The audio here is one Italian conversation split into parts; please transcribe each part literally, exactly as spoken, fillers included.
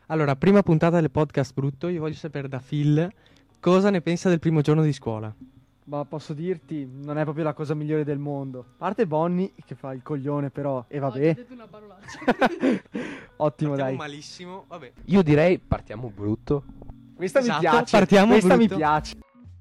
Allora, prima puntata del podcast brutto, io voglio sapere da Phil cosa ne pensa del primo giorno di scuola. Ma posso dirti, non è proprio la cosa migliore del mondo. A parte Bonnie, che fa il coglione però, e vabbè. Ho detto una parolaccia. Ottimo, Partiamo dai. malissimo, vabbè. Io direi partiamo brutto. Questa Esatto, mi piace, partiamo questa mi brutto. piace.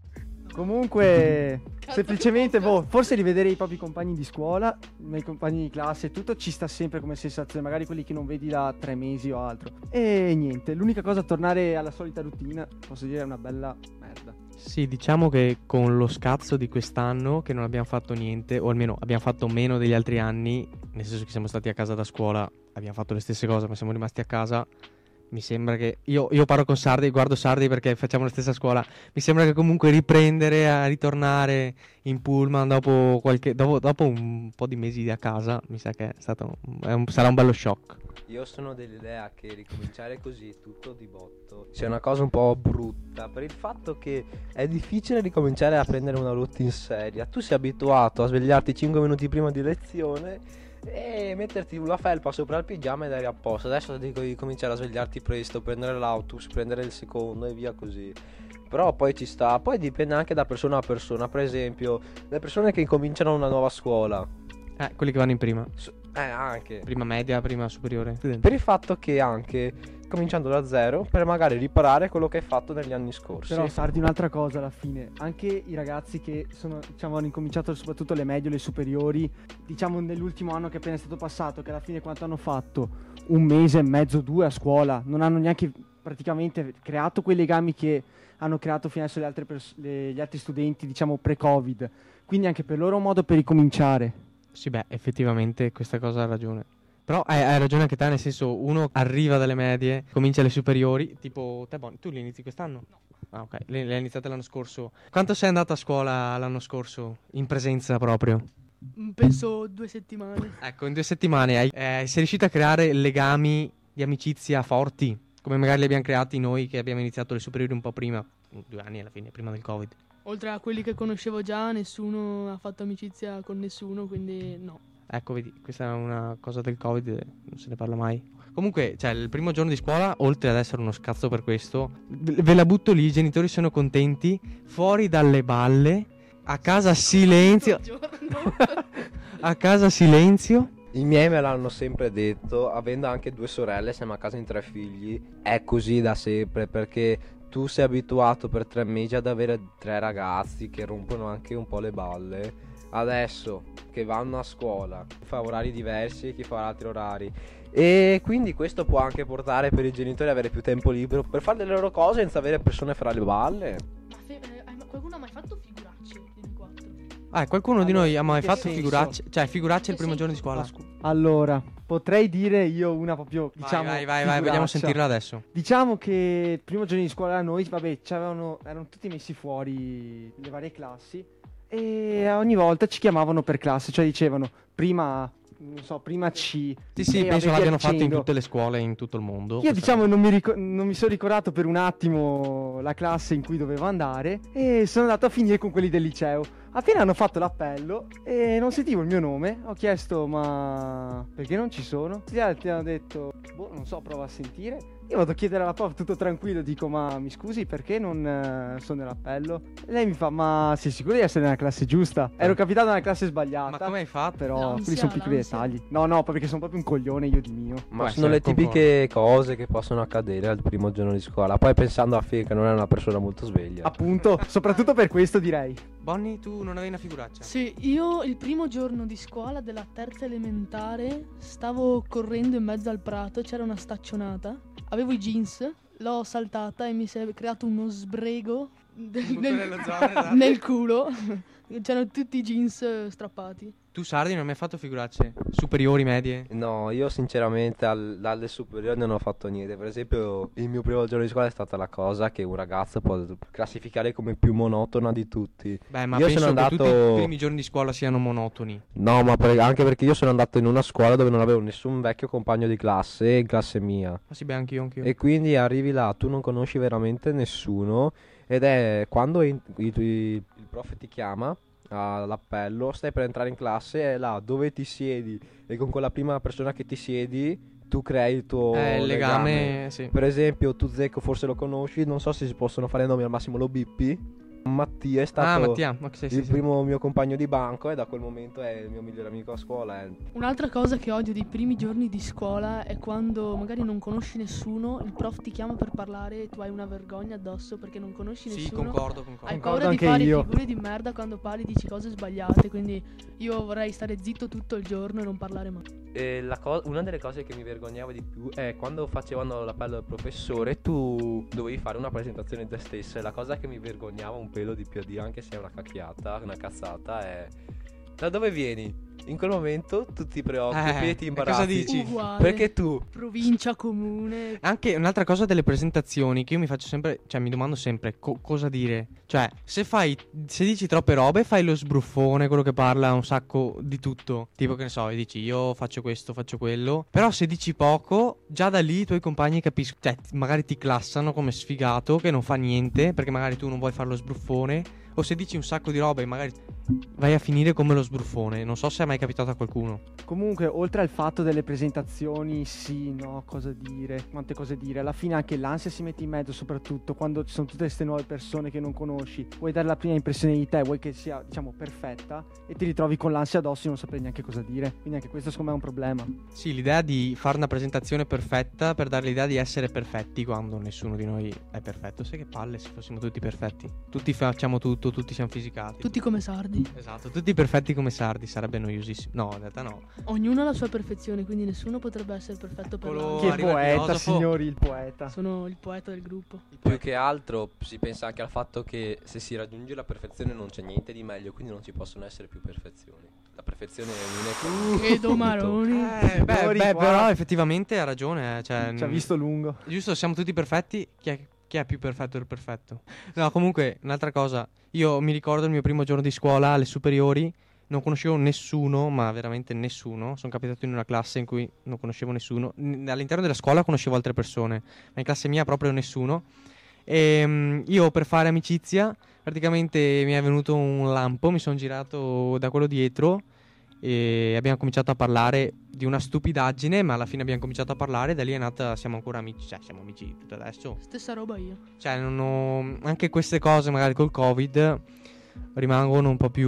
Comunque, Cazzo, semplicemente, che boh, podcast. forse rivedere i propri compagni di scuola, i miei compagni di classe e tutto, ci sta sempre come sensazione, magari quelli che non vedi da tre mesi o altro. E niente, l'unica cosa, tornare alla solita routine, posso dire, è una bella merda. Sì, diciamo che con lo scazzo di quest'anno che non abbiamo fatto niente, o almeno abbiamo fatto meno degli altri anni, nel senso che siamo stati a casa da scuola, abbiamo fatto le stesse cose, ma siamo rimasti a casa. Mi sembra che io, io parlo con Sardi, guardo Sardi perché facciamo la stessa scuola. Mi sembra che comunque riprendere a ritornare in pullman dopo qualche dopo, dopo un po' di mesi a casa, mi sa che è stato è un, sarà un bello shock. Io sono dell'idea che ricominciare così tutto di botto sia una cosa un po' brutta, per il fatto che è difficile ricominciare a prendere una routine seria. Tu sei abituato a svegliarti cinque minuti prima di lezione e metterti la felpa sopra il pigiama ed eri a posto. Adesso devi cominciare a svegliarti presto, prendere l'autobus, prendere il secondo e via così. Però poi ci sta, poi dipende anche da persona a persona. Per esempio, le persone che incominciano una nuova scuola, Eh, quelli che vanno in prima, so- eh anche prima media, prima superiore. per il fatto che anche cominciando da zero, per magari riparare quello che hai fatto negli anni scorsi. Però Sardi, un'altra cosa alla fine, anche i ragazzi che sono, diciamo, hanno incominciato soprattutto le medie o le superiori, diciamo nell'ultimo anno che è appena stato passato, che alla fine quanto hanno fatto? Un mese e mezzo, due a scuola, non hanno neanche praticamente creato quei legami che hanno creato fino adesso le altre pers- le- gli altri studenti, diciamo pre-Covid, quindi anche per loro è un modo per ricominciare. Sì, beh, effettivamente questa cosa ha ragione. Però hai, hai ragione anche te, nel senso, uno arriva dalle medie, comincia le superiori, tipo te, Bonnie, tu li inizi quest'anno? No. Ah, ok, le, le hai iniziate l'anno scorso. Quanto sei andato a scuola l'anno scorso, in presenza proprio? Mm, Penso due settimane. Ecco, in due settimane hai, eh, sei riuscito a creare legami di amicizia forti, come magari li abbiamo creati noi che abbiamo iniziato le superiori un po' prima, due anni alla fine, prima del Covid. Oltre a quelli che conoscevo già, nessuno ha fatto amicizia con nessuno, quindi no. Ecco, vedi, questa è una cosa del Covid, eh, non se ne parla mai. Comunque, cioè, il primo giorno di scuola, oltre ad essere uno scazzo per questo, ve ve la butto lì, i genitori sono contenti, fuori dalle balle, a casa silenzio, Buongiorno. a casa silenzio. I miei me l'hanno sempre detto, avendo anche due sorelle, siamo a casa in tre figli, è così da sempre, perché tu sei abituato per tre mesi ad avere tre ragazzi che rompono anche un po' le balle. Adesso che vanno a scuola, chi fa orari diversi e chi fa altri orari, e quindi questo può anche portare per i genitori ad avere più tempo libero per fare le loro cose senza avere persone fra le balle. Ma fe- eh, hai- ma qualcuno ha mai fatto figuracce di noi quattro? Ah, qualcuno di Allora, noi ha mai in che fatto senso? figuracce? Cioè, figuracce il Che primo giorno di senso? scuola? Allora, potrei dire io una proprio, diciamo, vai, vai, vai, vai, vogliamo figuraccia. sentirla adesso. Diciamo che il primo giorno di scuola da noi, vabbè, c'avevano, erano tutti messi fuori le varie classi e ogni volta ci chiamavano per classe, cioè dicevano prima, non so, prima C. Sì, sì, e penso via l'abbiano fatto in dicendo. tutte le scuole in tutto il mondo. Io questa diciamo non mi, ric- non mi sono ricordato per un attimo la classe in cui dovevo andare e sono andato a finire con quelli del liceo. Appena hanno fatto l'appello e non sentivo il mio nome, ho chiesto ma perché non ci sono? Gli altri hanno detto boh, non so, prova a sentire. Io vado a chiedere alla prof tutto tranquillo, dico ma mi scusi perché non eh, sono nell'appello? E lei mi fa ma sei sicuro di essere nella classe giusta? Ero capitato nella classe sbagliata. Ma come hai fatto? Però L'ansia, quelli sono piccoli l'ansia. dettagli. No, no, perché sono proprio un coglione io di mio. Ma Può sono le essere, tipiche cose che possono accadere al primo giorno di scuola. Poi pensando a Phil che non è una persona molto sveglia. Appunto, soprattutto per questo direi. Bonnie, tu non avevi una figuraccia? Sì, io il primo giorno di scuola della terza elementare stavo correndo in mezzo al prato, c'era una staccionata, avevo i jeans, l'ho saltata e mi si è creato uno sbrego del- Tutto nel, nella zona, esatto. nel culo, c'erano tutti i jeans eh, strappati. Tu, Sardi, non hai mai fatto figuracce? Superiori, medie? No, io sinceramente al- dalle superiori non ho fatto niente. Per esempio, il mio primo giorno di scuola è stata la cosa che un ragazzo può classificare come più monotona di tutti. Beh, ma Io penso sono che andato- tutti i primi giorni di scuola siano monotoni. No, ma per- anche perché io sono andato in una scuola dove non avevo nessun vecchio compagno di classe in classe mia. Ah sì, beh, anch'io, anch'io. E quindi arrivi là, tu non conosci veramente nessuno. Ed è quando in- i- i- il prof ti chiama all'appello, stai per entrare in classe, è là dove ti siedi e con quella prima persona che ti siedi tu crei il tuo Eh, il legame, legame. sì. Per esempio, tu Zecco forse lo conosci, non so se si possono fare nomi, al massimo lo bippi. Mattia è stato Ah, Mattia, ok, sì, sì, il sì. primo mio compagno di banco e da quel momento è il mio migliore amico a scuola. eh. Un'altra cosa che odio dei primi giorni di scuola è quando magari non conosci nessuno, il prof ti chiama per parlare e tu hai una vergogna addosso perché non conosci Sì, nessuno. concordo, concordo. Hai Concordo paura di anche fare io. figure di merda quando parli, dici cose sbagliate, quindi io vorrei stare zitto tutto il giorno e non parlare mai. E la co- una delle cose che mi vergognavo di più è quando facevano l'appello al professore, tu dovevi fare una presentazione di te stesso, e la cosa che mi vergognava un pelo di più a dire, anche se è una cacchiata, una cazzata, è: da dove vieni? In quel momento tu ti preoccupi Eh, e ti e imbarazzi. cosa dici? Uguale. Perché tu Provincia, comune. Anche un'altra cosa delle presentazioni che io mi faccio sempre, cioè mi domando sempre co- cosa dire. Cioè, se fai, se dici troppe robe, fai lo sbruffone, quello che parla un sacco di tutto. Tipo che ne so, e dici io faccio questo, faccio quello. Però se dici poco, già da lì i tuoi compagni capiscono, cioè magari ti classano come sfigato che non fa niente, perché magari tu non vuoi fare lo sbruffone. O se dici un sacco di robe, magari vai a finire come lo sbruffone. Non so se è mai capitato a qualcuno. Comunque, oltre al fatto delle presentazioni, sì, no, cosa dire, quante cose dire. Alla fine anche l'ansia si mette in mezzo, soprattutto quando ci sono tutte queste nuove persone che non conosci. Vuoi dare la prima impressione di te, vuoi che sia, diciamo, perfetta, e ti ritrovi con l'ansia addosso e non saprai neanche cosa dire. Quindi anche questo secondo me è un problema. Sì, l'idea di fare una presentazione perfetta per dare l'idea di essere perfetti quando nessuno di noi è perfetto. Sai che palle se fossimo tutti perfetti. Tutti facciamo tutto, tutti siamo fisicati. Tutti come sardi. Esatto, tutti perfetti come sardi, sarebbe noiosissimo. No, in realtà no. Ognuno ha la sua perfezione, quindi nessuno potrebbe essere perfetto per Eccolo. l'altro. Che arriva il poeta, filosofo. signori, il poeta. Sono il poeta del gruppo. più che altro si pensa anche al fatto che se si raggiunge la perfezione non c'è niente di meglio, quindi non ci possono essere più perfezioni. La perfezione è un'unica. Che domaroni. Eh, beh, Signori, beh, qua- però effettivamente ha ragione. eh, Cioè, Ci ha mm, visto lungo. giusto, siamo tutti perfetti. Chi è, chi è più perfetto del perfetto? No, comunque, un'altra cosa. Io mi ricordo il mio primo giorno di scuola alle superiori. Non conoscevo nessuno, ma veramente nessuno. Sono capitato in una classe in cui non conoscevo nessuno. N- all'interno della scuola conoscevo altre persone, ma in classe mia proprio nessuno. E mm, io per fare amicizia, praticamente mi è venuto un lampo, mi sono girato da quello dietro e abbiamo cominciato a parlare di una stupidaggine, ma alla fine abbiamo cominciato a parlare e da lì è nata, siamo ancora amici, cioè siamo amici tutto adesso. Stessa roba io. Cioè, non ho, anche queste cose magari col Covid rimangono un po' più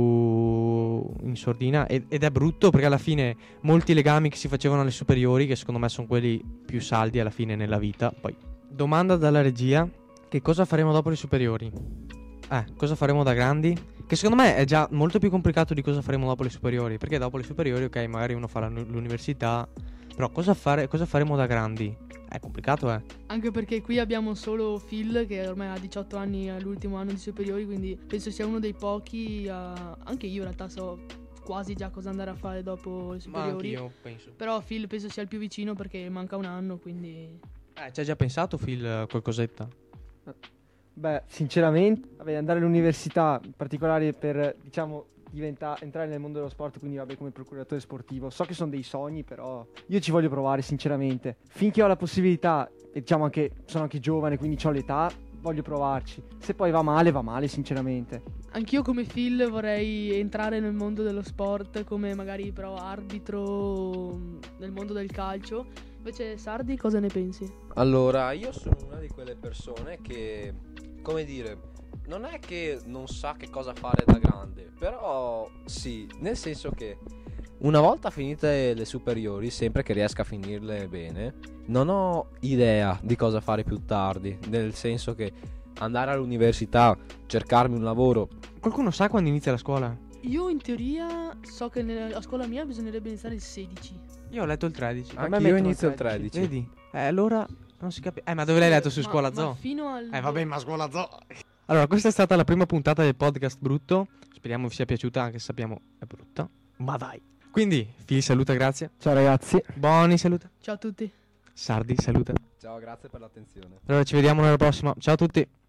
in sordina ed, ed è brutto perché alla fine molti legami che si facevano alle superiori, che secondo me sono quelli più saldi alla fine nella vita. Poi, domanda dalla regia: che cosa faremo dopo le superiori? Eh, cosa faremo da grandi? Che secondo me è già molto più complicato di cosa faremo dopo le superiori, perché dopo le superiori, ok, magari uno fa la- l'università, però cosa, fare, cosa faremo da grandi? È complicato, eh. Anche perché qui abbiamo solo Phil che ormai ha diciotto anni all'ultimo anno di superiori, quindi penso sia uno dei pochi. a- Anche io in realtà so quasi già cosa andare a fare dopo le Ma superiori. anch'io penso. Però Phil penso sia il più vicino perché manca un anno, quindi. Eh, ci hai già pensato, Phil, qualcosetta? Beh, sinceramente, vabbè, andare all'università, in particolare per, diciamo, diventa- entrare nel mondo dello sport, quindi vabbè, come procuratore sportivo. So che sono dei sogni, però io ci voglio provare, sinceramente. Finché ho la possibilità, e diciamo anche, sono anche giovane, quindi ho l'età, voglio provarci. Se poi va male, va male, sinceramente. Anch'io come Phil vorrei entrare nel mondo dello sport come magari però arbitro nel mondo del calcio. Invece Sardi cosa ne pensi? Allora, io sono una di quelle persone che, come dire, non è che non sa che cosa fare da grande, però sì, nel senso che una volta finite le superiori, sempre che riesca a finirle bene, non ho idea di cosa fare più tardi, nel senso che andare all'università, cercarmi un lavoro. Qualcuno sa quando inizia la scuola? Io in teoria so che nella- a scuola mia bisognerebbe iniziare il sedici. Io ho letto il tredici. A me Anche io mettono inizio il tredici. tredici. Vedi? Eh, allora non si capisce. Eh, ma dove l'hai letto? Su Ma- Scuola ma Zoo? fino al Eh, vabbè, ma Scuola Zoo. Allora, questa è stata la prima puntata del podcast brutto. Speriamo vi sia piaciuta, anche se sappiamo è brutta. Ma dai. Quindi, Phil saluta, grazie. Ciao ragazzi. Boni saluta. Ciao a tutti. Sardi saluta. Ciao, grazie per l'attenzione. Allora, ci vediamo nella prossima. Ciao a tutti.